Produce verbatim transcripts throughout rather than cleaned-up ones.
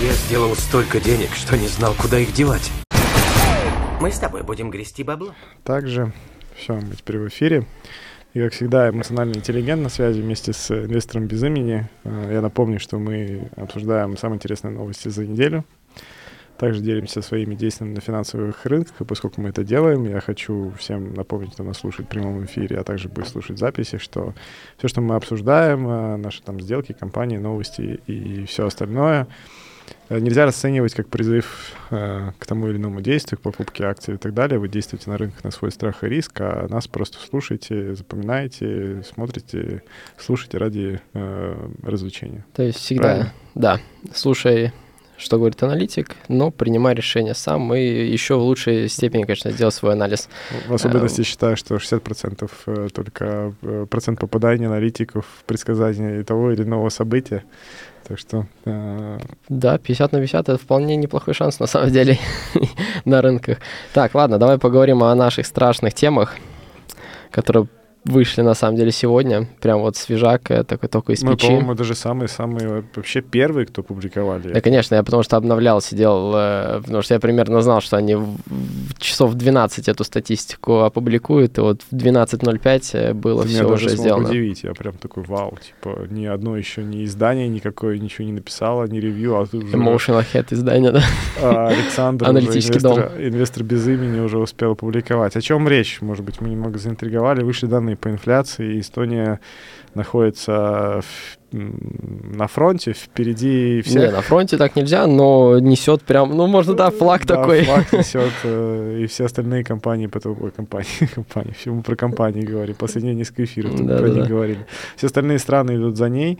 Я сделал столько денег, что не знал, куда их девать. Мы с тобой будем грести бабло. Также, все, мы теперь в эфире. И, как всегда, эмоциональный интеллигент на связи вместе с инвестором без имени. Я напомню, что мы обсуждаем самые интересные новости за неделю. Также делимся своими действиями на финансовых рынках. И поскольку мы это делаем, я хочу всем напомнить, кто нас слушает в прямом эфире, а также будет слушать записи, что все, что мы обсуждаем, наши там сделки, компании, новости и все остальное, нельзя расценивать как призыв э, к тому или иному действию, к покупке акций и так далее. Вы действуете на рынках на свой страх и риск, а нас просто слушайте, запоминайте, смотрите, слушайте ради э, развлечения. То есть всегда, правильно? Да, слушай, что говорит аналитик, но принимай решение сам и еще в лучшей степени, конечно, сделай свой анализ. В особенности а, считаю, что шестьдесят процентов только процент попадания аналитиков в предсказание того или иного события. Так что... Э... Да, пятьдесят на пятьдесят — это вполне неплохой шанс, на самом деле, на рынках. Так, ладно, давай поговорим о наших страшных темах, которые вышли, на самом деле, сегодня. Прям вот свежак такой только из Мы, печи. по-моему, даже самые-самые вообще первые, кто публиковали. Да, конечно, я потому что обновлял, сидел, потому что я примерно знал, что они в часов двенадцать эту статистику опубликуют, и вот в двенадцать ноль пять было все уже сделано. Меня даже удивить, я прям такой, вау, типа, ни одно еще ни издание никакое ничего не написало, ни ревью, а тут уже... Emotional Head издание, да. А Александр, аналитический инвестор, дом. инвестор без имени, уже успел опубликовать. О чем речь? Может быть, мы немного заинтриговали. Вышли данные по инфляции, и Эстония находится в, на фронте, впереди всех. Не, на фронте так нельзя, но несет прям, ну, можно, да, флаг да, такой. флаг несет, и все остальные компании, потом, ой, компании, компании, все мы про компании говорим, последние несколько эфиров да, про да, них да. говорили. Все остальные страны идут за ней.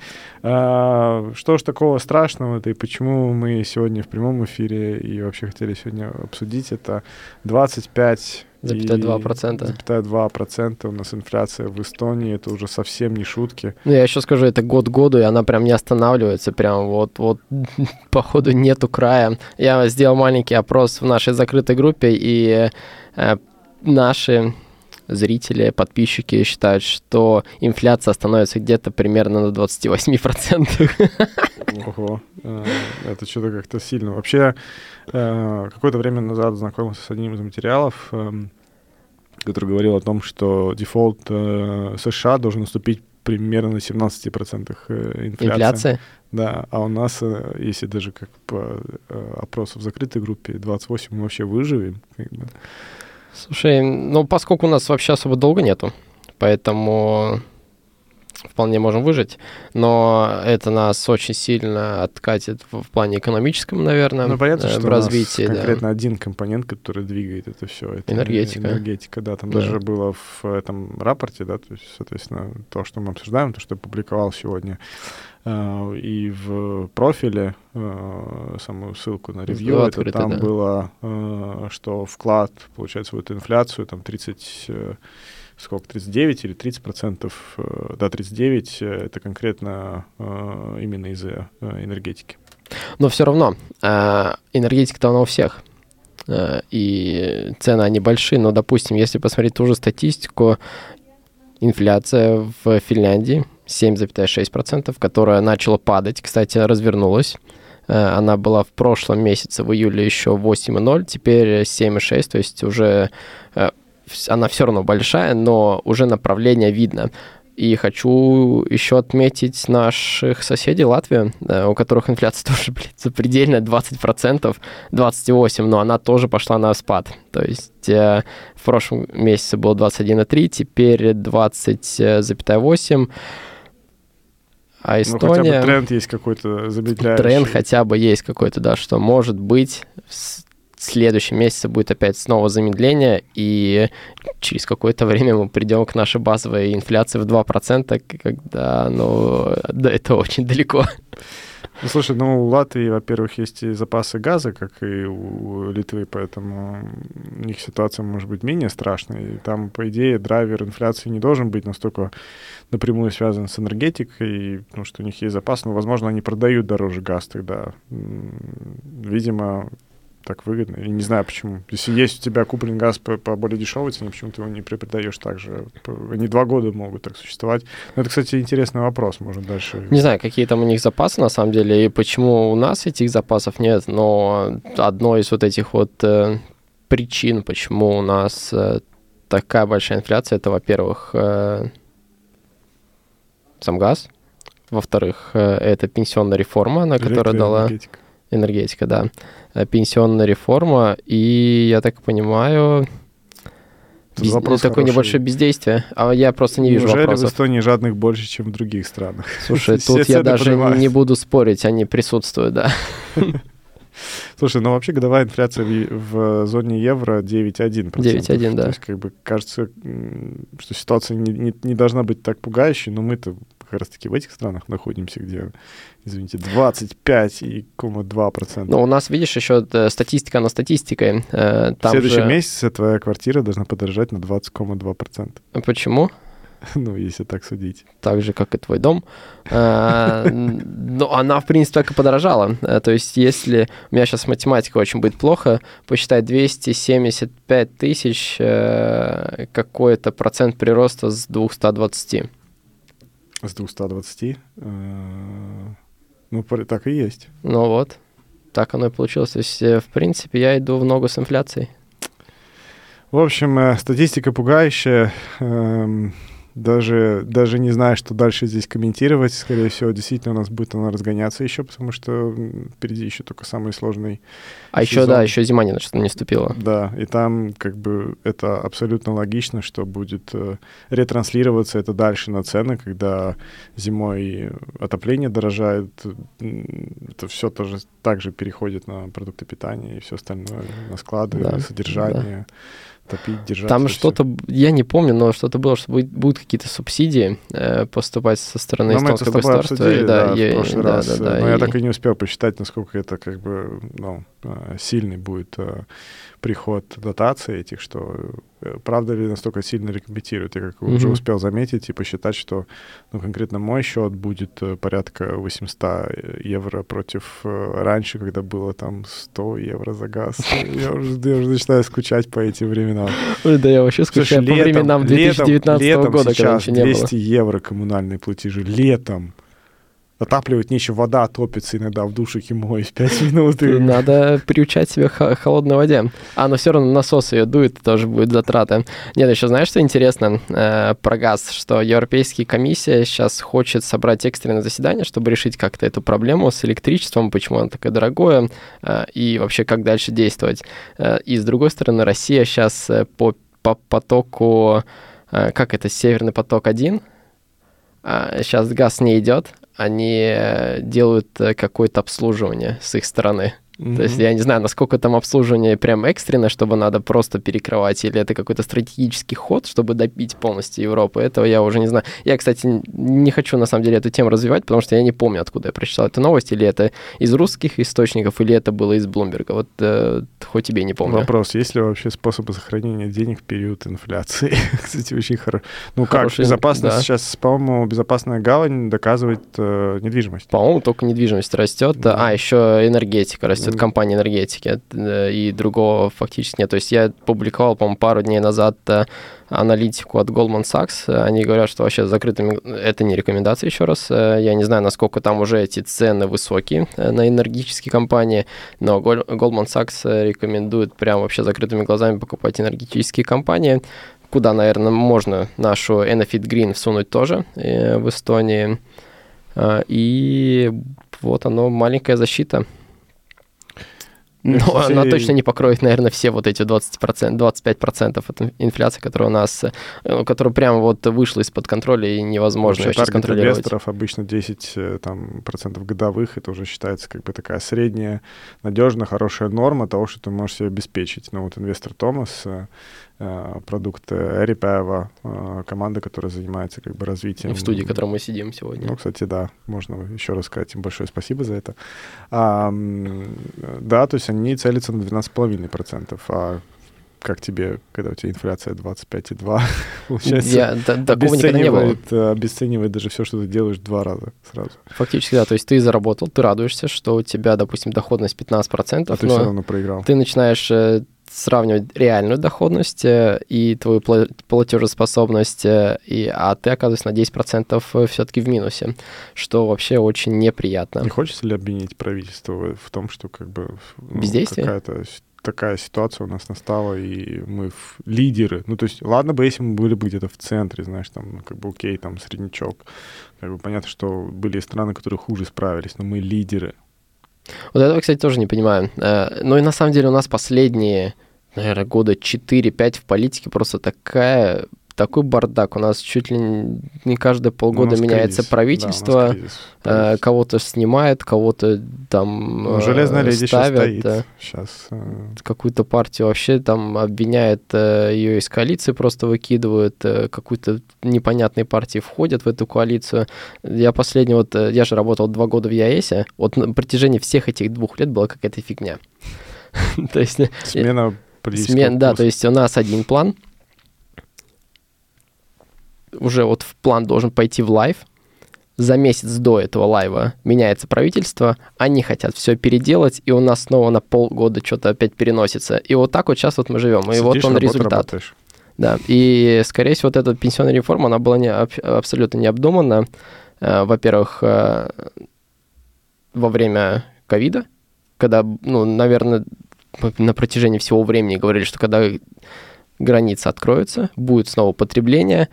А, что ж такого страшного-то, и почему мы сегодня в прямом эфире и вообще хотели сегодня обсудить, это двадцать пять Запятая два процента. Запятая два процента у нас инфляция в Эстонии, это уже совсем не шутки. Ну, я еще скажу, это год к году, и она прям не останавливается, прям вот, вот походу нету края. Я сделал маленький опрос в нашей закрытой группе, и э, наши зрители, подписчики считают, что инфляция становится где-то примерно на двадцать восемь процентов. Ого, это что-то как-то сильно. Вообще, какое-то время назад знакомился с одним из материалов, который говорил о том, что дефолт США должен наступить примерно на семнадцать процентов инфляции. Инфляция? Да, а у нас, если даже как по опросу в закрытой группе, двадцать восемь мы вообще выживем. Слушай, ну поскольку у нас вообще особо долго нету, поэтому вполне можем выжить, но это нас очень сильно откатит в, в плане экономическом, наверное, ну, понятно, в что развитии. У нас конкретно да. один компонент, который двигает это все. Это энергетика. Энергетика, да. Там да. даже было в этом рапорте, да, то есть, соответственно, то, что мы обсуждаем, то, что я публиковал сегодня, Uh, и в профиле uh, самую ссылку на ревью, это открыто, там да. было, uh, что вклад, получается, в эту инфляцию, там тридцать, uh, сколько, тридцать девять или тридцать процентов, uh, да, тридцать девять, uh, это конкретно uh, именно из-за uh, энергетики. Но все равно, uh, энергетика-то она у всех, uh, и цены, они большие, но, допустим, если посмотреть ту же статистику, инфляция в Финляндии семь целых шесть десятых процента, которая начала падать, кстати, развернулась. Она была в прошлом месяце, в июле, еще восемь целых ноль, теперь семь целых шесть, то есть уже она все равно большая, но уже направление видно. И хочу еще отметить наших соседей Латвию, у которых инфляция тоже, блин, запредельная, двадцать процентов, двадцать восемь процентов, но она тоже пошла на спад. То есть э, в прошлом месяце было двадцать один целых три, теперь двадцать целых восемь. А Эстония... Ну, хотя бы тренд есть какой-то замедляющий. Тренд хотя бы есть какой-то, да, что может быть в следующем месяце будет опять снова замедление, и через какое-то время мы придем к нашей базовой инфляции в два процента, когда, ну, до этого очень далеко. Ну, слушай, ну, у Латвии, во-первых, есть и запасы газа, как и у Литвы, поэтому у них ситуация может быть менее страшной. И там, по идее, драйвер инфляции не должен быть настолько напрямую связан с энергетикой, потому что у них есть запас, но, возможно, они продают дороже газ тогда. Видимо, так выгодно. Я не знаю, почему. Если есть у тебя куплен газ по, по более дешевой цене, почему ты его не перепродаешь так же? Они два года могут так существовать. Но это, кстати, интересный вопрос. Можно дальше... Не знаю, какие там у них запасы, на самом деле, и почему у нас этих запасов нет, но одной из вот этих вот э, причин, почему у нас э, такая большая инфляция, это, во-первых, э, сам газ, во-вторых, э, это пенсионная реформа, на которая дала... Энергетика, да. Пенсионная реформа, и, я так понимаю, без... такое хороший. Небольшое бездействие. А я просто не вижу Неужели вопросов. в Эстонии жадных больше, чем в других странах? Слушай, тут я даже понимают. не буду спорить, они присутствуют, да. Слушай, ну вообще годовая инфляция в, в зоне евро девять целых одна десятая процента. девять целых одна десятая, да. То есть, как бы, кажется, что ситуация не, не, не должна быть так пугающей, но мы-то как раз-таки в этих странах находимся, где, извините, двадцать пять целых два десятых процента. Ну, у нас, видишь, еще статистика на статистикой. Там в следующем же... месяце твоя квартира должна подорожать на двадцать целых два десятых процента. Почему? Ну, если так судить. Так же, как и твой дом. Но она, в принципе, так и подорожала. То есть, если у меня сейчас математика очень будет плохо, посчитай двести семьдесят пять тысяч какой-то процент прироста с двухсот двадцати. С двухсот двадцати? Ну, так и есть. Ну вот, так оно и получилось. То есть, в принципе, я иду в ногу с инфляцией. В общем, статистика пугающая. Даже, даже не знаю, что дальше здесь комментировать. Скорее всего, действительно у нас будет она разгоняться еще, потому что впереди еще только самый сложный А сезон. еще, да, еще зима не, не наступила. Да, и там как бы это абсолютно логично, что будет э, ретранслироваться это дальше на цены, когда зимой отопление дорожает, это все тоже также переходит на продукты питания и все остальное, на склады, да, на содержание. Да. Топить, держать. Там что-то, все. Я не помню, но что-то было, что будет, будут какие-то субсидии э, поступать со стороны эстонского государства. Обсудили, да, да, и, в прошлый да, раз. Да, да, но и... я так и не успел посчитать, насколько это как бы ну, сильный будет приход дотаций этих, что правда ли настолько сильно рекомпенсирует. Я как mm-hmm. уже успел заметить и посчитать, что ну, конкретно мой счет будет порядка восемьсот евро против раньше, когда было там сто евро за газ. Я уже, я уже начинаю скучать по этим временам. Ой, да, я вообще скучаю Слушай, по летом, временам две тысячи девятнадцатого летом, года, летом когда ничего не было. двести евро коммунальные платежи. Летом. Отапливать нечего, вода топится иногда в душике мой в пять минут. И... Надо приучать себя к холодной воде. А, но все равно насос ее дует, тоже будет затраты. Нет, еще знаешь, что интересно э, про газ? Что Европейская комиссия сейчас хочет собрать экстренное заседание, чтобы решить как-то эту проблему с электричеством, почему оно такое дорогое, э, и вообще как дальше действовать. Э, и с другой стороны, Россия сейчас э, по, по потоку, э, как это, Северный поток один, э, сейчас газ не идет, они делают какое-то обслуживание с их стороны. Mm-hmm. То есть я не знаю, насколько там обслуживание прям экстренное, чтобы надо просто перекрывать, или это какой-то стратегический ход, чтобы добить полностью Европу. Этого я уже не знаю. Я, кстати, не хочу на самом деле эту тему развивать, потому что я не помню, откуда я прочитал эту новость, или это из русских источников, или это было из Блумберга. Вот э, хоть тебе не помню. Вопрос, есть ли вообще способы сохранения денег в период инфляции? Кстати, очень хорошо. Ну Хороший, как, безопасность да. Сейчас, по-моему, безопасная гавань доказывает э, недвижимость. По-моему, только недвижимость растет. Да. А, еще энергетика растет. Компании энергетики, и другого фактически нет. То есть я публиковал, по-моему, пару дней назад аналитику от Goldman Sachs. Они говорят, что вообще закрытыми... Это не рекомендация, еще раз. Я не знаю, насколько там уже эти цены высокие на энергетические компании, но Goldman Sachs рекомендует прям вообще закрытыми глазами покупать энергетические компании, куда, наверное, можно нашу Enefit Green всунуть тоже в Эстонии. И вот оно, маленькая защита. Но кстати, она точно не покроет, наверное, все вот эти двадцать процентов, двадцать пять процентов от инфляции, которая у нас, которая прямо вот вышла из-под контроля и невозможно сейчас контролировать. Инвесторов обычно десять там, процентов годовых, это уже считается как бы такая средняя, надежная, хорошая норма того, что ты можешь себе обеспечить. Но вот инвестор Томас, продукт Эрипаева, команда, которая занимается как бы развитием... В студии, в которой мы сидим сегодня. Ну, кстати, да, можно еще раз сказать им большое спасибо за это. А, да, то есть они целятся на двенадцать целых пять десятых процента, а как тебе, когда у тебя инфляция двадцать пять и два, получается, Я, да, такого никогда не было. обесценивает, обесценивает даже все, что ты делаешь в два раза сразу. Фактически, да. То есть ты заработал, ты радуешься, что у тебя, допустим, доходность пятнадцать процентов, А ты но все равно проиграл. ты начинаешь э, сравнивать реальную доходность э, и твою пла- платежеспособность, э, и, а ты оказываешься на десять процентов все-таки в минусе, что вообще очень неприятно. Не хочется ли обвинить правительство в том, что как бы ну, Бездействие? какая-то такая ситуация у нас настала, и мы в лидеры. Ну, то есть, ладно бы, если мы были бы где-то в центре, знаешь, там, как бы, окей, там, среднячок. Как бы понятно, что были страны, которые хуже справились, но мы лидеры. Вот этого, кстати, тоже не понимаю. Э, Ну и на самом деле у нас последние, наверное, года четыре-пять в политике просто такая... такой бардак. У нас чуть ли не каждые полгода меняется кризис. правительство, Да, кризис, э, кого-то снимает, кого-то там ну, железная леди ставят. стоит Да. сейчас. Э... Какую-то партию вообще там обвиняет, э, ее из коалиции просто выкидывают, э, какую-то непонятные партии входят в эту коалицию. Я последний, вот, э, я же работал два года в ЕАЭСе, вот на протяжении всех этих двух лет была какая-то фигня. То есть... Смена политического курса. Да, то есть у нас один план, уже вот в план должен пойти в лайв. За месяц до этого лайва меняется правительство, они хотят все переделать, и у нас снова на полгода что-то опять переносится. И вот так вот сейчас вот мы живем. И Сидишь, вот он работу, результат. Работаешь. Да, и, скорее всего, вот эта пенсионная реформа, она была не, абсолютно необдуманна. Во-первых, во время ковида, когда, ну, наверное, на протяжении всего времени говорили, что когда границы откроются, будет снова потребление,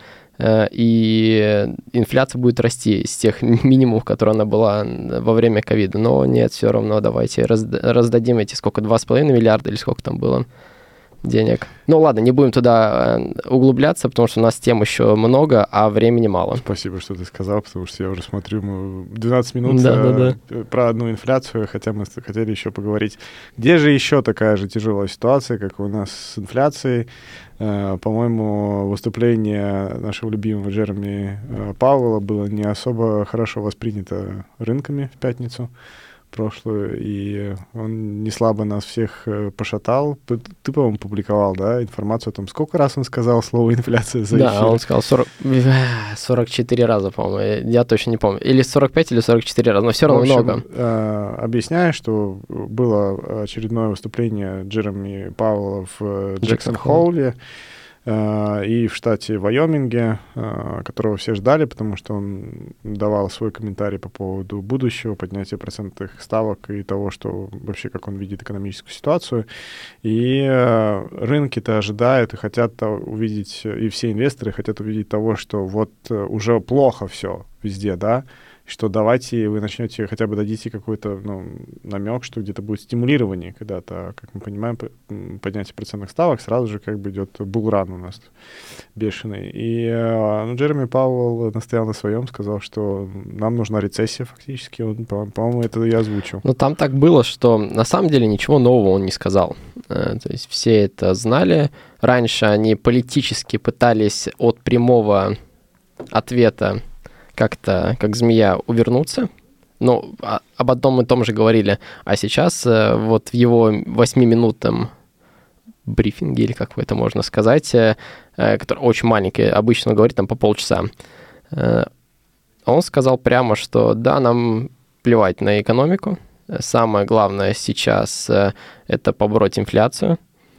и инфляция будет расти с тех минимумов, которые она была во время ковида. Но нет, все равно давайте раздадим эти сколько, два с половиной миллиарда или сколько там было денег. Ну ладно, не будем туда углубляться, потому что у нас тем еще много, а времени мало. Спасибо, что ты сказал, потому что я уже смотрю, мы двенадцать минут да, да, да. про одну инфляцию, хотя мы хотели еще поговорить. Где же еще такая же тяжелая ситуация, как у нас с инфляцией? По-моему, выступление нашего любимого Джереми Пауэлла было не особо хорошо воспринято рынками в пятницу прошлую, и он не слабо нас всех пошатал. Ты, по-моему, публиковал, да, информацию о том, сколько раз он сказал слово «инфляция» за эфир? Да, он сказал сорок, сорок четыре раза, по-моему, я точно не помню. Или сорок пять, или сорок четыре раза, но все равно в общем, много. Э, объясняю, что было очередное выступление Джереми Пауэлла в Джексон-Холле э, и в штате Вайоминге, э, которого все ждали, потому что он давал свой комментарий по поводу будущего, поднятия процентных ставок и того, что вообще, как он видит экономическую ситуацию. И э, рынки-то ожидают и хотят увидеть, и все инвесторы хотят увидеть того, что вот уже плохо все везде, да, что давайте вы начнете, хотя бы дадите какой-то ну, намек, что где-то будет стимулирование когда-то, как мы понимаем, поднятие процентных ставок, сразу же как бы идет булран у нас бешеный. И ну, Джереми Пауэлл настоял на своем, сказал, что нам нужна рецессия фактически, он, по-моему, это я озвучил. Ну, там так было, что на самом деле ничего нового он не сказал. То есть все это знали. Раньше они политически пытались от прямого ответа как-то, как змея, увернуться. Ну, а, об одном и том же говорили. А сейчас э, вот в его восьмиминутном брифинге, или как это можно сказать, э, который очень маленький, обычно говорит там по полчаса, э, он сказал прямо, что да, нам плевать на экономику. Самое главное сейчас э, это побороть инфляцию.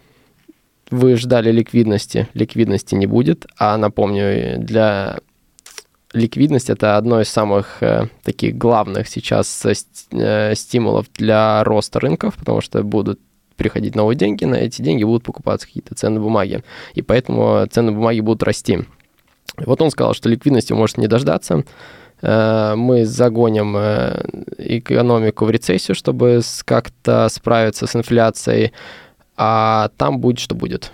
Вы ждали ликвидности, ликвидности не будет. А напомню, для... Ликвидность — это одно из самых э, таких главных сейчас э, стимулов для роста рынков, потому что будут приходить новые деньги, на эти деньги будут покупаться какие-то ценные бумаги, и поэтому ценные бумаги будут расти. Вот он сказал, что ликвидности может не дождаться, э, мы загоним э, экономику в рецессию, чтобы как-то справиться с инфляцией, а там будет, что будет.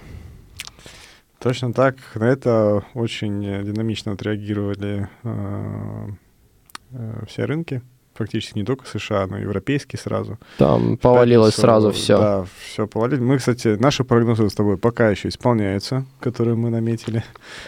Точно так. На это очень динамично отреагировали э, э, все рынки. фактически не только США, но и европейские сразу. Там повалилось пятницу, сразу все. Да, все повалилось. Мы, кстати, наши прогнозы с тобой пока еще исполняются, которые мы наметили.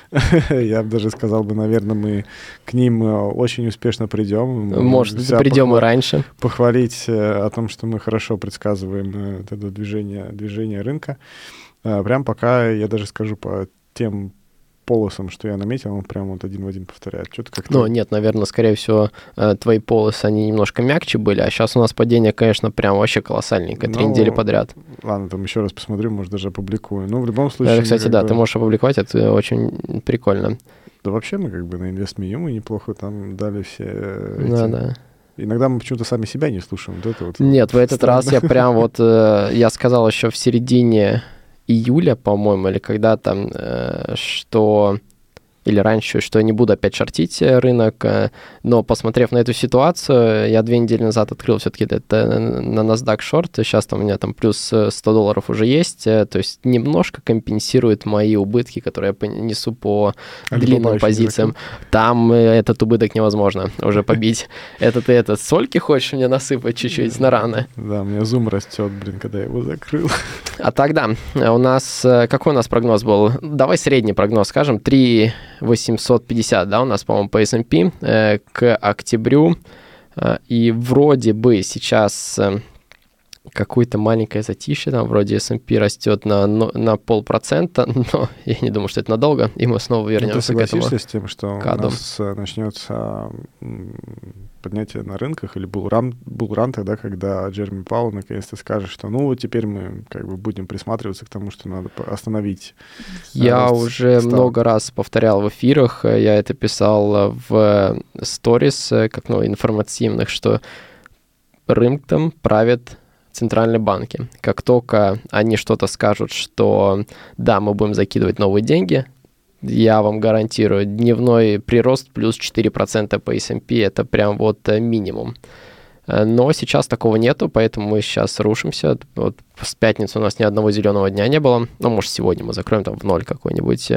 Я бы даже сказал бы, наверное, мы к ним очень успешно придем. Может, придем и раньше. Похвалить о том, что мы хорошо предсказываем это движение, движение рынка. Прям пока, я даже скажу, по тем полосам, что я наметил, он прям вот один в один повторяет. Что-то как-то... Ну, нет, наверное, скорее всего, твои полосы, они немножко мягче были, а сейчас у нас падение, конечно, прям вообще колоссальненькое, три ну, недели подряд. Ладно, там еще раз посмотрю, может, даже опубликую. Ну, в любом случае... Это, кстати, да, бы... ты можешь опубликовать, это очень прикольно. Да вообще мы как бы на InvestMe мы неплохо там дали все эти... Да, да. Иногда мы почему-то сами себя не слушаем. Вот это вот нет, в этот раз я прям вот, я сказал еще в середине июля, по-моему, или когда-то, что... или раньше, что я не буду опять шортить рынок, но посмотрев на эту ситуацию, я две недели назад открыл все-таки это на NASDAQ шорт, сейчас там у меня там плюс сто долларов уже есть, то есть немножко компенсирует мои убытки, которые я несу по а длинным позициям. Там этот убыток невозможно уже побить. Это ты этот сольки хочешь мне насыпать чуть-чуть на раны? Да, у меня зум растет, блин, когда я его закрыл. А тогда у нас, какой у нас прогноз был? Давай средний прогноз скажем, три восемьсот пятьдесят, да, у нас, по-моему, по эс энд пи э, к октябрю. Э, и вроде бы сейчас э, какое-то маленькое затишье, там вроде эс энд пи растет на, на полпроцента, но я не думаю, что это надолго, и мы снова вернемся ну, ты к этому. Ты согласишься с тем, что каду. У нас начнется поднятие на рынках или булран, булран тогда, когда Джереми Пауэлл наконец-то скажет, что ну вот теперь мы как бы будем присматриваться к тому, что надо остановить. Я рост уже ставок. Много раз повторял в эфирах, я это писал в сторис, как ну, информативных, что рынком правят центральные банки. Как только они что-то скажут, что да, мы будем закидывать новые деньги, я вам гарантирую, дневной прирост плюс четыре процента по эс энд пи, это прям вот минимум. Но сейчас такого нету, поэтому мы сейчас рушимся. Вот с пятницы у нас ни одного зеленого дня не было. Ну, может, сегодня мы закроем там в ноль какой-нибудь.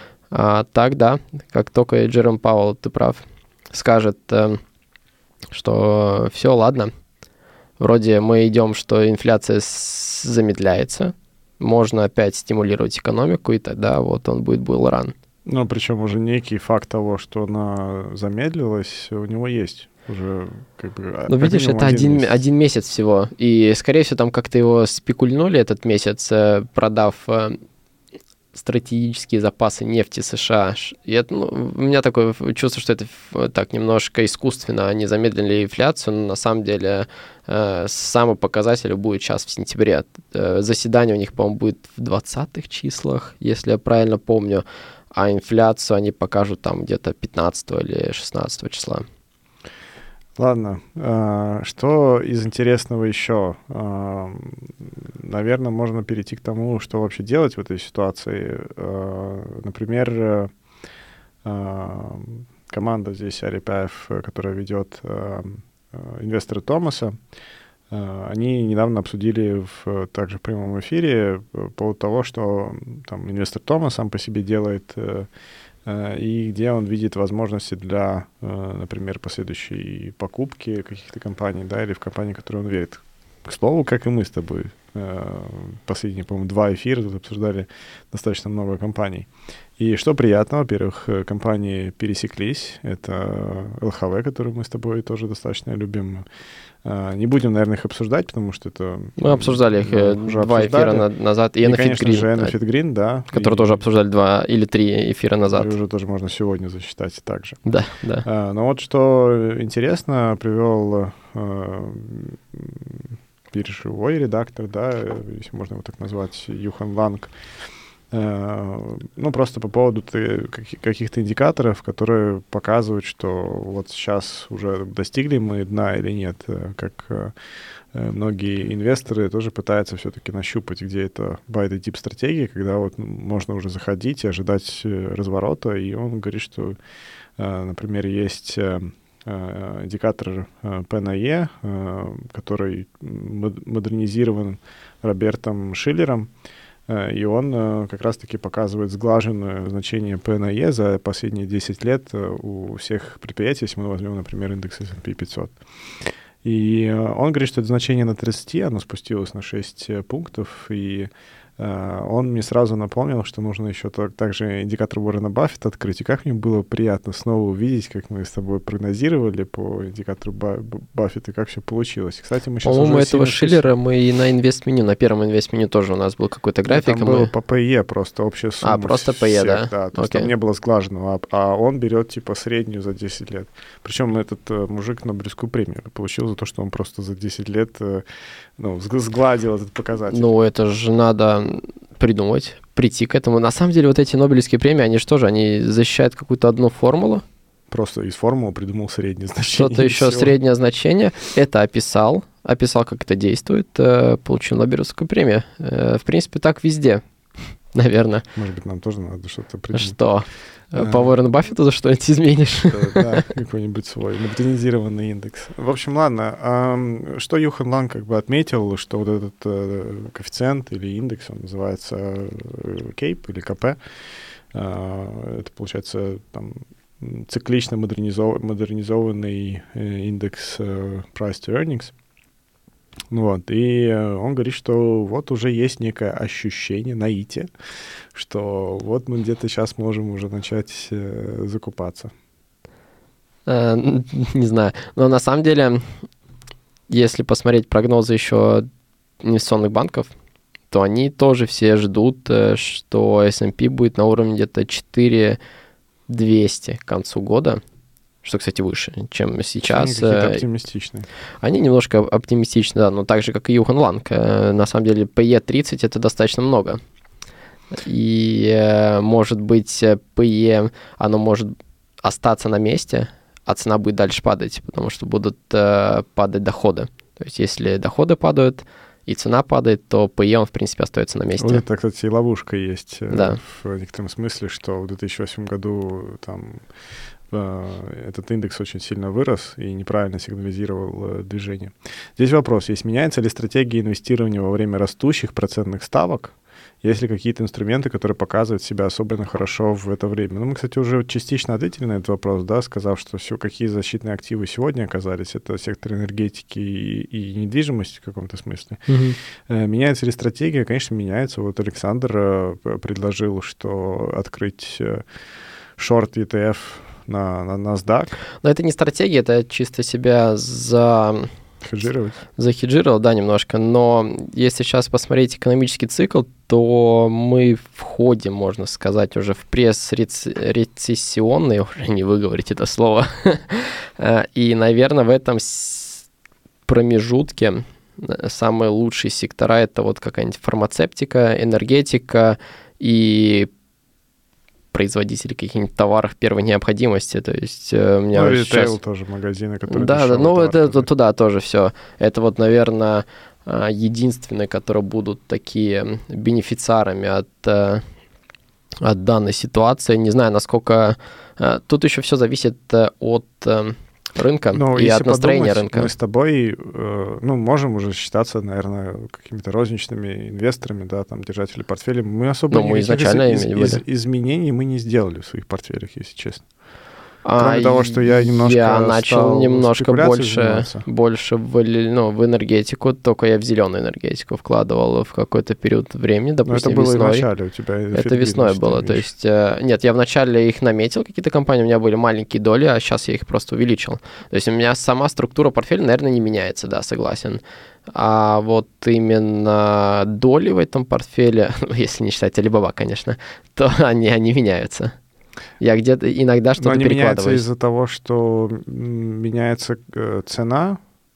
А так, да, как только Джером Пауэлл, ты прав, скажет, что все, ладно, вроде мы идем, что инфляция замедляется, можно опять стимулировать экономику, и тогда вот он будет bull-run. Ну, причем уже некий факт того, что она замедлилась, у него есть уже как бы... Ну, видишь, это один, месяц. один месяц всего, и, скорее всего, там как-то его спекульнули этот месяц, продав стратегические запасы нефти США. И это, ну, у меня такое чувство, что это так немножко искусственно, они замедлили инфляцию, но на самом деле э, самый показатель будет сейчас в сентябре. Э, заседание у них, по-моему, будет в двадцатых числах, если я правильно помню, а инфляцию они покажут там где-то пятнадцатого или шестнадцатого числа. Ладно, что из интересного еще? Наверное, можно перейти к тому, что вообще делать в этой ситуации. Например, команда здесь Арипаев, которая ведет инвесторы Томаса, они недавно обсудили в, также в прямом эфире по поводу того, что там инвестор Томас сам по себе делает и где он видит возможности для, например, последующей покупки каких-то компаний, да, или в компании, в которые он верит. К слову, как и мы с тобой. Последние, по-моему, два эфира тут обсуждали достаточно много компаний. И что приятно, во-первых, компании пересеклись. Это эл эйч ви, которую мы с тобой тоже достаточно любим. Не будем, наверное, их обсуждать, потому что это... Мы обсуждали их да, два обсуждали. эфира на- назад. И, и Enofit конечно Green, же, Enofit Green, да. Который и... тоже обсуждали два или три эфира назад. И уже тоже можно сегодня засчитать также. Да, да. А, но вот что интересно, привел э, биржевой редактор, да, если можно его так назвать, Юхан Ланг, ну, просто по поводу каких-то индикаторов, которые показывают, что вот сейчас уже достигли мы дна или нет, как многие инвесторы тоже пытаются все-таки нащупать, где это buy the dip стратегия, когда вот можно уже заходить и ожидать разворота, и он говорит, что, например, есть индикатор пи на и, который модернизирован Робертом Шиллером, И он как раз-таки показывает сглаженное значение P на E за последние десять лет у всех предприятий, если мы возьмем, например, индекс эс энд пи пятьсот. И он говорит, что это значение на тридцати, оно спустилось на шесть пунктов, и он мне сразу напомнил, что нужно еще так, также индикатор Уоррена Баффета открыть. И как мне было приятно снова увидеть, как мы с тобой прогнозировали по индикатору Баффета, как все получилось. Кстати, мы сейчас По-моему, уже этого Шиллера мы и на инвест-меню, на первом инвест-меню тоже у нас был какой-то график. Там мы... было по пи и просто общая сумма. А, просто пи и, всех, да? Да, то есть там не было сглаженного, а, а он берет типа среднюю за десять лет. Причем этот э, мужик Нобелевскую премию получил за то, что он просто за десять лет э, ну, сгладил этот показатель. Ну, это же надо придумать, прийти к этому. На самом деле, вот эти Нобелевские премии, они что же, они защищают какую-то одну формулу? Просто из формулы придумал среднее значение. Что-то еще всего. Среднее значение. Это описал, описал, как это действует, получил Нобелевскую премию. В принципе, так везде, наверное. Может быть, нам тоже надо что-то придумать. Что? По Уоррену Баффету за что-нибудь изменишь? Да, какой-нибудь свой модернизированный индекс. В общем, ладно. Что Юхан Ланг как бы отметил, что вот этот коэффициент или индекс, он называется кейп или КП. Это, получается, там циклично модернизованный индекс Price to Earnings. Вот, и он говорит, что вот уже есть некое ощущение, наитие, что вот мы где-то сейчас можем уже начать э, закупаться. Э, не знаю, но на самом деле, если посмотреть прогнозы еще инвестиционных банков, то они тоже все ждут, что эс энд пи будет на уровне где-то четыре тысячи двести к концу года. Что, кстати, выше, чем сейчас. Они какие-то оптимистичные. Они немножко оптимистичны, да, но так же, как и Юхан Ланг. На самом деле, пи и тридцать — это достаточно много. И, может быть, пи и, оно может остаться на месте, а цена будет дальше падать, потому что будут падать доходы. То есть, если доходы падают и цена падает, то пи и, он, в принципе, остается на месте. Вот это, кстати, и ловушка есть, да. В некотором смысле, что в две тысячи восьмом году там этот индекс очень сильно вырос и неправильно сигнализировал э, движение. Здесь вопрос, есть меняется ли стратегия инвестирования во время растущих процентных ставок? Есть ли какие-то инструменты, которые показывают себя особенно хорошо в это время? Ну, мы, кстати, уже частично ответили на этот вопрос, да, сказав, что все, какие защитные активы сегодня оказались, это сектор энергетики и, и недвижимости в каком-то смысле. Mm-hmm. Э, меняется ли стратегия? Конечно, меняется. Вот Александр э, предложил, что открыть э, шорт и ти эф на, на NASDAQ. Но это не стратегия, это чисто себя за... Хеджировать. Захеджировал, да, немножко, но если сейчас посмотреть экономический цикл, то мы входим, можно сказать, уже в пресс-рецессионный, уже не выговорить это слово, и, наверное, в этом промежутке самые лучшие сектора — это вот какая-нибудь фармацевтика, энергетика и производители каких-нибудь товаров первой необходимости, то есть э, у меня ну, вот ритейл сейчас... тоже, магазины, которые Да, да, ну это, это туда тоже все. Это вот, наверное, единственные, которые будут такие бенефициарами от, от данной ситуации. Не знаю, насколько... Тут еще все зависит от рынка Но и от настроения подумать, рынка. Мы с тобой, э, ну, можем уже считаться, наверное, какими-то розничными инвесторами, да, там, держатели портфелей. Мы особо Но мы изначально из, из, из, изменений мы не сделали в своих портфелях, если честно. Кроме а того, что я немножко Я начал немножко больше, заниматься. больше в, ну, в энергетику, только я в зеленую энергетику вкладывал в какой-то период времени, допустим, Но это было весной. и в начале у тебя. Это весной было, то есть... Нет, я вначале их наметил, какие-то компании, у меня были маленькие доли, а сейчас я их просто увеличил. То есть у меня сама структура портфеля, наверное, не меняется, да, согласен. А вот именно доли в этом портфеле, если не считать Alibaba, конечно, то они, они меняются. Я где-то иногда что-то перекладываю. Но они меняются из-за того, что меняется э, цена,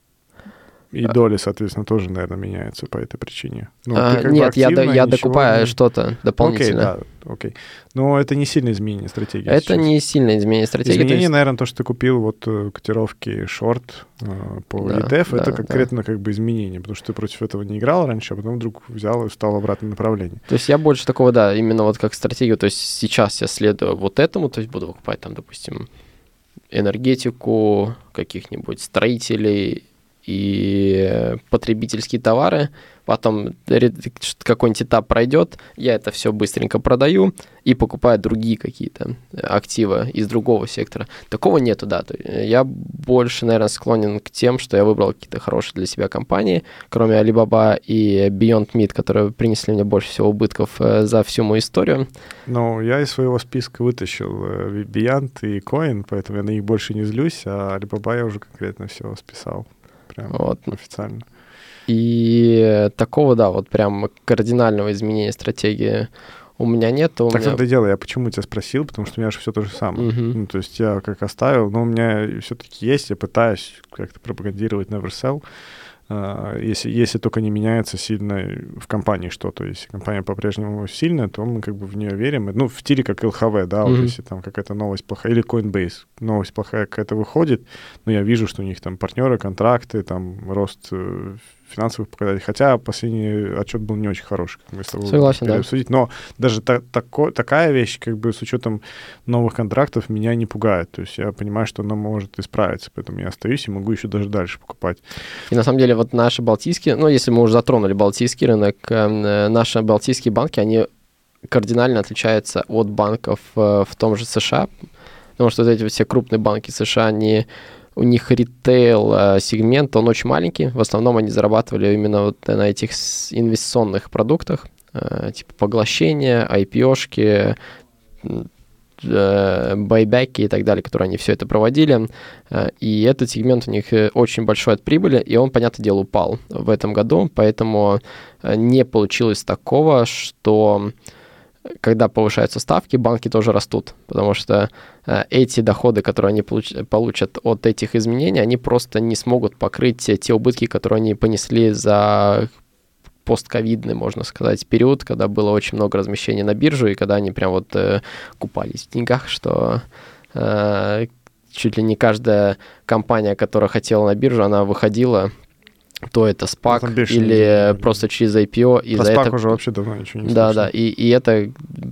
и а. доли, соответственно, тоже, наверное, меняются по этой причине. Ну, а, нет, я, я докупаю не... что-то дополнительно. Окей, да, окей. Но это не сильное изменение стратегии. Это сейчас. не сильное изменение стратегии. Изменение, есть... наверное, то, что ты купил вот котировки шорт э, по да, и ти эф, да, это конкретно да. как бы изменение, потому что ты против этого не играл раньше, а потом вдруг взял и встал в обратное направление. То есть я больше такого, да, именно вот как стратегию, то есть сейчас я следую вот этому, то есть буду покупать там, допустим, энергетику, каких-нибудь строителей и потребительские товары, потом какой-нибудь этап пройдет, я это все быстренько продаю и покупаю другие какие-то активы из другого сектора. Такого нету, да. Я больше, наверное, склонен к тем, что я выбрал какие-то хорошие для себя компании, кроме Alibaba и Beyond Meat, которые принесли мне больше всего убытков за всю мою историю. Ну, я из своего списка вытащил Beyond и Coin, поэтому я на них больше не злюсь, а Alibaba я уже конкретно все списал. Прям вот. Официально. И такого, да, вот прям кардинального изменения стратегии у меня нет. У так меня... это дело, я почему тебя спросил, потому что у меня же все то же самое. Uh-huh. Ну, то есть я как оставил, но у меня все-таки есть, я пытаюсь как-то пропагандировать Never Sell, uh, если, если только не меняется сильно в компании что-то. Если компания по-прежнему сильная, то мы как бы в нее верим. Ну, в стиле как эл эйч ви, да, uh-huh. вот если там какая-то новость плохая, или Coinbase, новость плохая какая-то выходит, но я вижу, что у них там партнеры, контракты, там рост финансовых показателей. Хотя последний отчет был не очень хороший, как мы с тобой Согласен, да. обсудить. Но даже та- тако- такая вещь, как бы с учетом новых контрактов, меня не пугает. То есть я понимаю, что она может исправиться, поэтому я остаюсь и могу еще даже дальше покупать. И на самом деле вот наши балтийские, ну если мы уже затронули балтийский рынок, наши балтийские банки, они кардинально отличаются от банков в том же США, потому что вот эти все крупные банки США, они... У них ритейл-сегмент, он очень маленький. В основном они зарабатывали именно вот на этих инвестиционных продуктах, типа поглощения, ай пи о-шки, байбеки и так далее, которые они все это проводили. И этот сегмент у них очень большой от прибыли, и он, понятное дело, упал в этом году, поэтому не получилось такого, что... Когда повышаются ставки, банки тоже растут, потому что э, эти доходы, которые они получ- получат от этих изменений, они просто не смогут покрыть те убытки, которые они понесли за постковидный, можно сказать, период, когда было очень много размещений на биржу, и когда они прям вот э, купались в деньгах, что э, чуть ли не каждая компания, которая хотела на биржу, она выходила, то это спак или просто через ай пи о. И Про за спак это... уже вообще давно ничего не слышно. Да, да, и, и это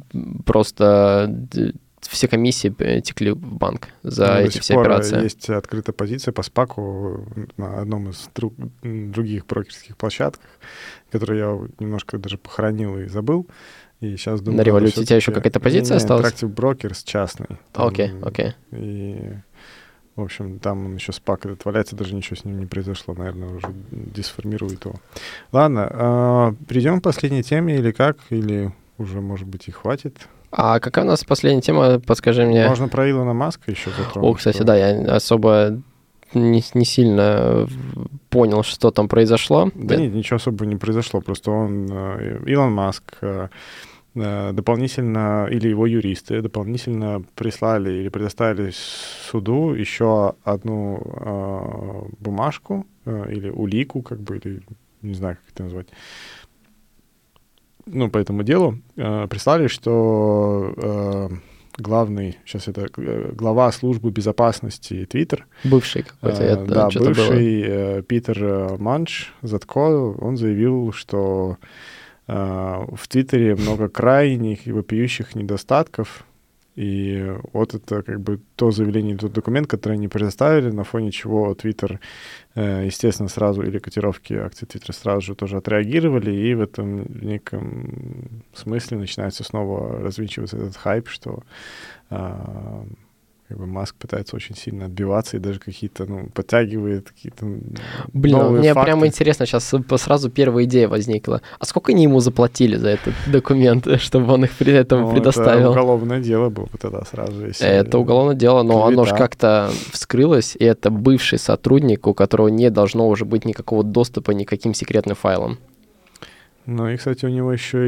просто все комиссии текли в банк за ну, эти все операции. Есть открытая позиция по спаку на одном из друг, других брокерских площадках, которые я немножко даже похоронил и забыл. И сейчас думаю, на революции у тебя еще какая-то позиция не, не, осталась? Interactive Brokers частный. Окей, окей. Okay, okay. И... В общем, там он еще спак этот валяется, даже ничего с ним не произошло, наверное, уже дисформирует его. Ладно, э, перейдем к последней теме или как? Или уже, может быть, и хватит? А какая у нас последняя тема, подскажи мне? Можно про Илона Маска еще затронуть. О, кстати, что... да, я особо не, не сильно понял, что там произошло. Да, да нет, ничего особого не произошло, просто он, Илон Маск... дополнительно, или его юристы дополнительно прислали или предоставили суду еще одну э, бумажку э, или улику, как бы, или не знаю, как это назвать, ну, по этому делу, э, прислали, что э, главный, сейчас это глава службы безопасности Twitter. Бывший какой-то, э, это да, что-то бывший было. Э, Питер Манч, Затко, он заявил, что Uh, в Твиттере много крайних и вопиющих недостатков, и вот это как бы то заявление, тот документ, который они предоставили, на фоне чего Твиттер, uh, естественно, сразу, или котировки акций Твиттера сразу же тоже отреагировали, и в этом в неком смысле начинается снова развенчиваться этот хайп, что uh, как бы Маск пытается очень сильно отбиваться и даже какие-то, ну, подтягивает какие-то Блин, новые мне факты. прямо интересно, сейчас сразу первая идея возникла. А сколько они ему заплатили за этот документ, чтобы он их при этом ну, предоставил? Это уголовное дело было бы тогда сразу. Если это уголовное дело, но клевета. Оно же как-то вскрылось, и это бывший сотрудник, у которого не должно уже быть никакого доступа ни к каким секретным файлам. Ну и, кстати, у него еще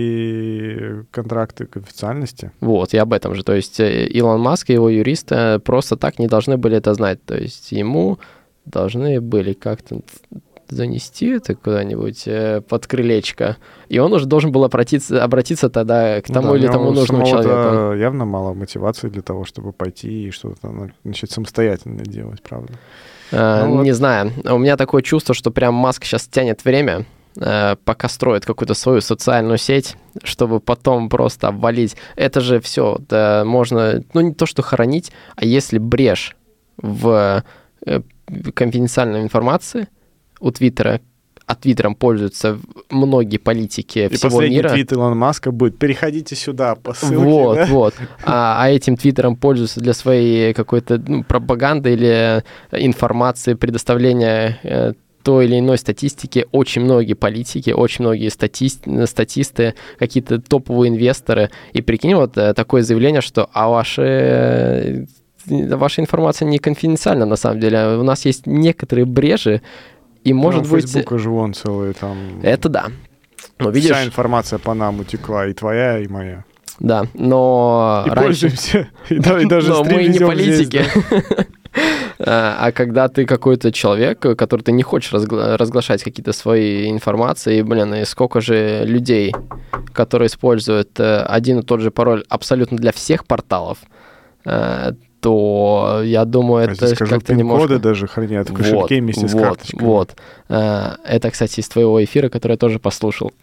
и контракты конфиденциальности. Вот, и об этом же. То есть Илон Маск и его юристы просто так не должны были это знать. То есть ему должны были как-то занести это куда-нибудь э, под крылечко, и он уже должен был обратиться, обратиться тогда к тому ну да, или тому нужному человеку. Явно мало мотивации для того, чтобы пойти и что-то начать самостоятельно делать, правда? Э, ну, не вот. знаю. У меня такое чувство, что прям Маск сейчас тянет время, пока строит какую-то свою социальную сеть, чтобы потом просто обвалить. Это же все, да, можно, ну не то что хоронить, а если брешь в конфиденциальной информации у Твиттера а Твиттером пользуются многие политики И всего последний мира. твит Илона Маска будет: переходите сюда по ссылке. Вот, да? вот. А, а этим Твиттером пользуются для своей какой-то ну, пропаганды или информации, предоставления э, той или иной статистики очень многие политики, очень многие стати- статисты, какие-то топовые инвесторы. И прикинь, вот э, такое заявление, что а ваши... Ваша информация не конфиденциальна, на самом деле. У нас есть некоторые брежи, и, может ну, быть... Фейсбука же вон целый там... Это да. Но, видишь... Вся информация по нам утекла, и твоя, и моя. Да, но... И раньше... пользуемся. И, да, и даже но стрим мы не ведем политики. здесь, да. А когда ты какой-то человек, который ты не хочешь разгла- разглашать какие-то свои информации, и, блин, и сколько же людей, которые используют один и тот же пароль абсолютно для всех порталов, то я думаю, А это здесь, скажу, как-то немножко... пин-коды даже хранят в кошельке вот, вместе с вот, карточкой. Вот, Это, кстати, из твоего эфира, который я тоже послушал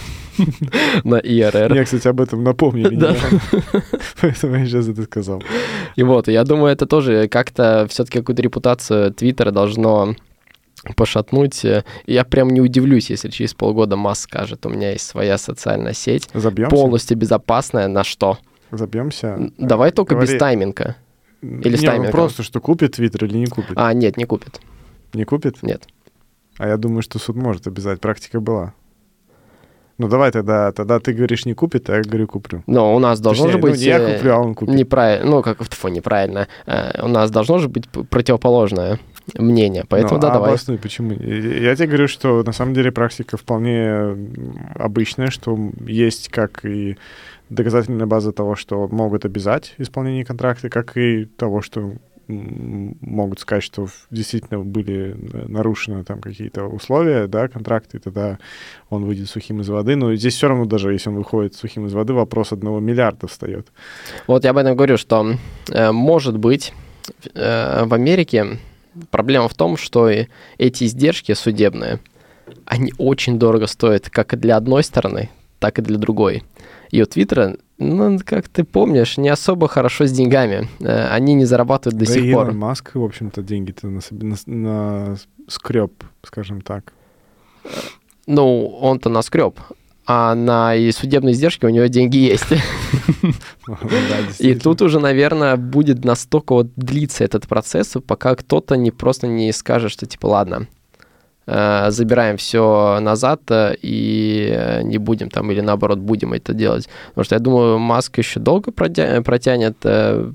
на и эр эр. Мне, кстати, об этом напомнили. Да. Поэтому я сейчас это сказал. И вот, я думаю, это тоже как-то все-таки какую-то репутацию Твиттера должно пошатнуть. Я прям не удивлюсь, если через полгода Маск скажет: у меня есть своя социальная сеть, Забьемся? полностью безопасная. На что? Забьемся? Давай только Говори. без тайминга. Или с не, ну таймингом? просто, что купит Твиттер или не купит. А, нет, не купит. Не купит? Нет. А я думаю, что суд может обязать. Практика была. Ну давай тогда, тогда ты говоришь не купит, а я говорю куплю. Но у нас должно Точнее, же быть... ну, не я куплю, а он купит. Неправильно, ну, как фу, неправильно. Э, у нас должно же быть п- противоположное мнение, поэтому Ну, да, а давай. обоснуй, почему? Я тебе говорю, что на самом деле практика вполне обычная, что есть как и доказательная база того, что могут обязать исполнение контракта, как и того, что могут сказать, что действительно были нарушены там какие-то условия, да, контракты, и тогда он выйдет сухим из воды. Но здесь все равно, даже если он выходит сухим из воды, вопрос одного миллиарда встает. Вот я об этом говорю, что э, может быть э, в Америке проблема в том, что эти издержки судебные, они очень дорого стоят как и для одной стороны, так и для другой. И у Твиттера, ну, как ты помнишь, не особо хорошо с деньгами. Э, они не зарабатывают до да сих и пор. Илон Маск, в общем-то, деньги-то на, себе- на, на скреб, скажем так. Ну, он-то наскреб, а на и судебные издержки у него деньги есть. Да, И действительно. тут уже, наверное, будет настолько вот длиться этот процесс, пока кто-то не просто не скажет, что типа ладно, э, забираем все назад э, и э, не будем там, или наоборот, будем это делать. Потому что я думаю, Маск еще долго протя- протянет, э,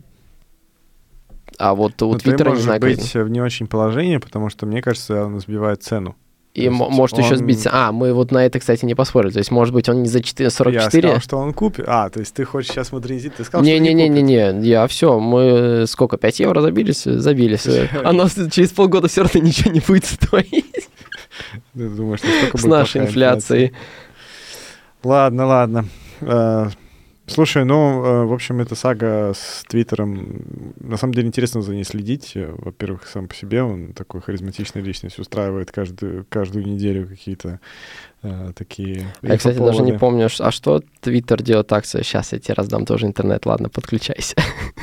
а вот у Но ты Твиттера не можешь знаю, как- быть в не очень положении, потому что, мне кажется, он сбивает цену. И То м- есть может еще он- сбиться. А, мы вот на это, кстати, не поспорили. То есть, может быть, он не за четыре- сорок Я четыре. сказал, что он купит. А, то есть ты хочешь сейчас модернизировать? Ты сказал, что не купит. Не-не-не-не-не, я все, мы сколько, пять евро забились? Забились. А нас через полгода все равно ничего не будет стоить Ты думаешь, настолько с будет нашей плохая инфляцией. инфляция? Ладно, ладно. Э, Слушай, ну, э, в общем, эта сага с Твиттером, на самом деле интересно за ней следить. Э, Во-первых, сам по себе он такой харизматичная личность, устраивает каждую, каждую неделю какие-то э, такие Я, кстати, даже не инфоповоды. помню, ш- а что Твиттер делает акцию? Сейчас я тебе раздам тоже интернет, ладно, подключайся.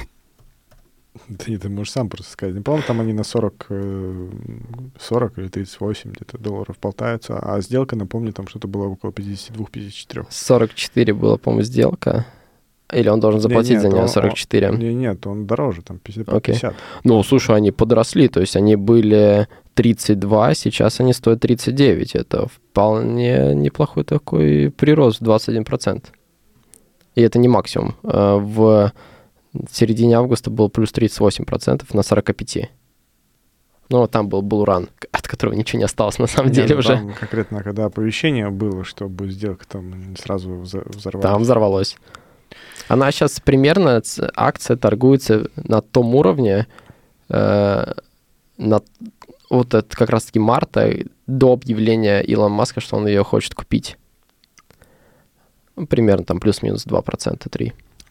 Да нет, ты можешь сам просто сказать. Не помню, там они на сорок, э, сорок или тридцать восемь где-то долларов болтаются, а сделка, напомню, там что-то было около пятьдесят два - пятьдесят четыре. сорок четыре была, по-моему, сделка. Или он должен заплатить Не, нет, за нее он- сорок четыре? он- не, нет, он дороже, там пятьдесят на Окей. пятьдесят. Ну, слушай, они подросли, то есть они были тридцать два, сейчас они стоят тридцать девять. Это вполне неплохой такой прирост в двадцать один процент. И это не максимум. Э, В середине августа был плюс тридцать восемь процентов на сорок пять. Ну, там был булран, от которого ничего не осталось на самом Не, деле ну, уже. там конкретно, когда оповещение было, что будет сделка, там сразу вза- взорвалось. Там взорвалось. Она сейчас примерно, ц- акция торгуется на том уровне, э, на, вот это как раз-таки марта, до объявления Илона Маска, что он ее хочет купить. Ну, примерно там плюс-минус два процента, три процента.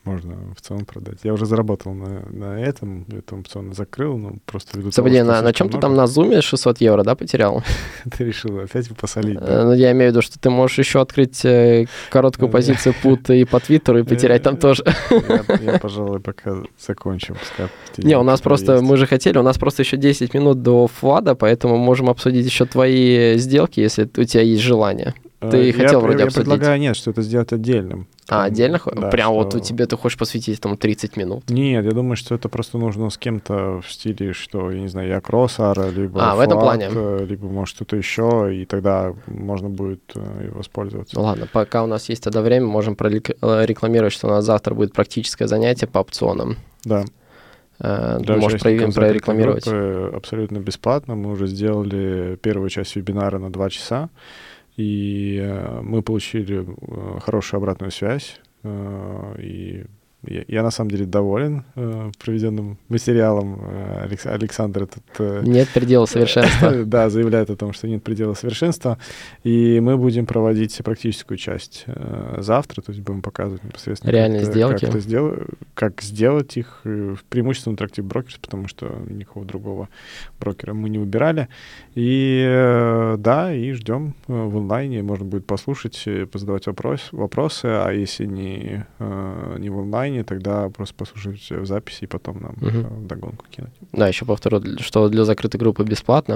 можно опцион продать. Я уже заработал на, на этом, этот опцион закрыл, но просто... Смотри, на, на чем ты там на зуме шестьсот евро, да, потерял? Ты решил опять посолить, да? Ну, я имею в виду, что ты можешь еще открыть короткую позицию пут и по Твиттеру и потерять там тоже. Я, пожалуй, пока закончу. Не, у нас просто, мы же хотели, у нас просто еще десять минут до вклада, поэтому можем обсудить еще твои сделки, если у тебя есть желание. Ты я, хотел вроде я обсудить. Я предлагаю, нет, что это сделать отдельным. А, отдельно? Да, Прям что... вот у тебя ты хочешь посвятить этому тридцать минут? Нет, я думаю, что это просто нужно с кем-то в стиле, что, я не знаю, я Кроссар, либо а, в этом плане. либо, может, что-то еще, и тогда можно будет воспользоваться. Ладно, пока у нас есть тогда время, можем прорекламировать, что у нас завтра будет практическое занятие по опционам. Да. Для Можешь прорекламировать. Абсолютно бесплатно. Мы уже сделали первую часть вебинара на два часа. И э, мы получили э, хорошую обратную связь, э, и я, я на самом деле доволен э, проведенным материалом. Э, Алекс, Александр этот... Э, нет предела совершенства. Да, заявляет о том, что нет предела совершенства, и мы будем проводить практическую часть э, завтра, то есть будем показывать непосредственно, реальные как, сделки, как, это сделать, как сделать их, э, преимущественно Interactive Brokers, потому что никакого другого брокера мы не выбирали. И э, да, и ждем э, в онлайне, можно будет послушать, позадавать вопрос, вопросы, а если не, э, не в онлайне, тогда просто послушать в записи и потом нам угу. вдогонку кинуть. Да, еще повторю, что для закрытой группы бесплатно,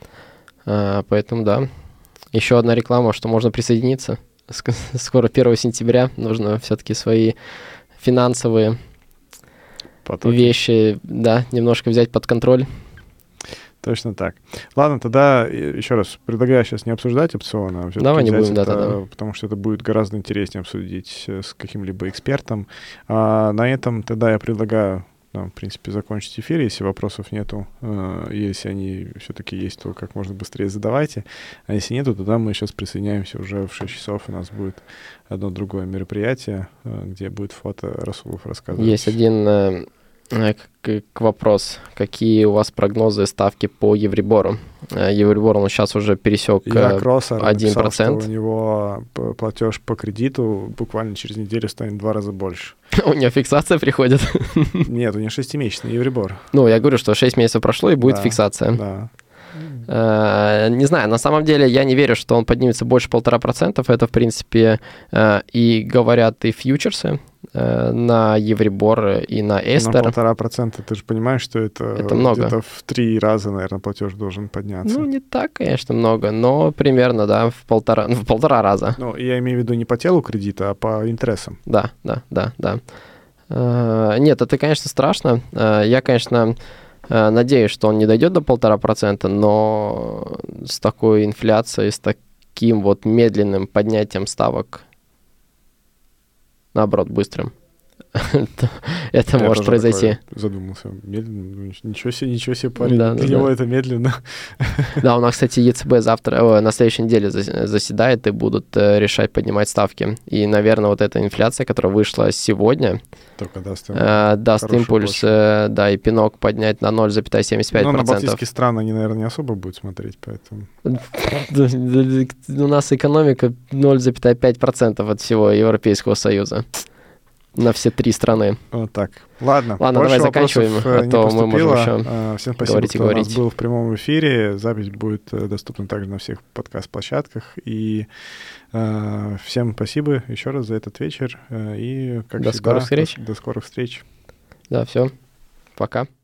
а, поэтому да. Еще одна реклама, что можно присоединиться. Скоро первого сентября, нужно все-таки свои финансовые Потоки. вещи, да, немножко взять под контроль. Точно так. Ладно, тогда еще раз предлагаю сейчас не обсуждать опционы, а Давай не будем, это, да, да, да. потому что это будет гораздо интереснее обсудить с каким-либо экспертом. А на этом тогда я предлагаю, ну, в принципе, закончить эфир. Если вопросов нету, э, если они все-таки есть, то как можно быстрее задавайте. А если нету, тогда мы сейчас присоединяемся уже в шесть часов. У нас будет одно другое мероприятие, э, где будет фото Расулов рассказывать. Есть один... Э... К, к вопрос, какие у вас прогнозы ставки по Еврибору? Еврибор, он сейчас уже пересек Я Кроссер один процент. Написал, что у него платеж по кредиту буквально через неделю станет в два раза больше. У него фиксация приходит? Нет, у него шестимесячный Еврибор. Ну, я говорю, что шесть месяцев прошло и будет да, фиксация. Да. Uh, не знаю, на самом деле я не верю, что он поднимется больше полтора процентов. Это, в принципе, uh, и говорят и фьючерсы uh, на Еврибор и на Эстер. На полтора процента, ты же понимаешь, что это, это много. Где-то в три раза, наверное, платеж должен подняться. Ну, не так, конечно, много, но примерно, да, в полтора, в полтора раза. Ну, я имею в виду не по телу кредита, а по интересам. Да, да, да, да. Uh, нет, это, конечно, страшно. Uh, я, конечно... Надеюсь, что он не дойдет до полтора процента, но с такой инфляцией, с таким вот медленным поднятием ставок, наоборот, быстрым, это может произойти. Задумался. Медленно. Ничего себе, ничего себе, парень. Да, Для да, него да. это медленно. Да, у нас, кстати, ЕЦБ завтра, о, на следующей неделе заседает и будут э, решать поднимать ставки. И, наверное, вот эта инфляция, которая вышла сегодня, только даст, э, даст импульс, э, да, и пинок поднять на ноль целых семьдесят пять сотых процента. Но на балтийские страны они, наверное, не особо будут смотреть, поэтому... У нас экономика ноль целых пять десятых процента от всего Европейского Союза. На все три страны. Вот так. Ладно. Ладно, давай заканчиваем, а то мы можем еще Всем спасибо, говорить и кто говорить. у нас был в прямом эфире. Запись будет доступна также на всех подкаст-площадках. И э, всем спасибо еще раз за этот вечер. И, как до всегда, скорых встреч. До, до скорых встреч. Да, все. Пока.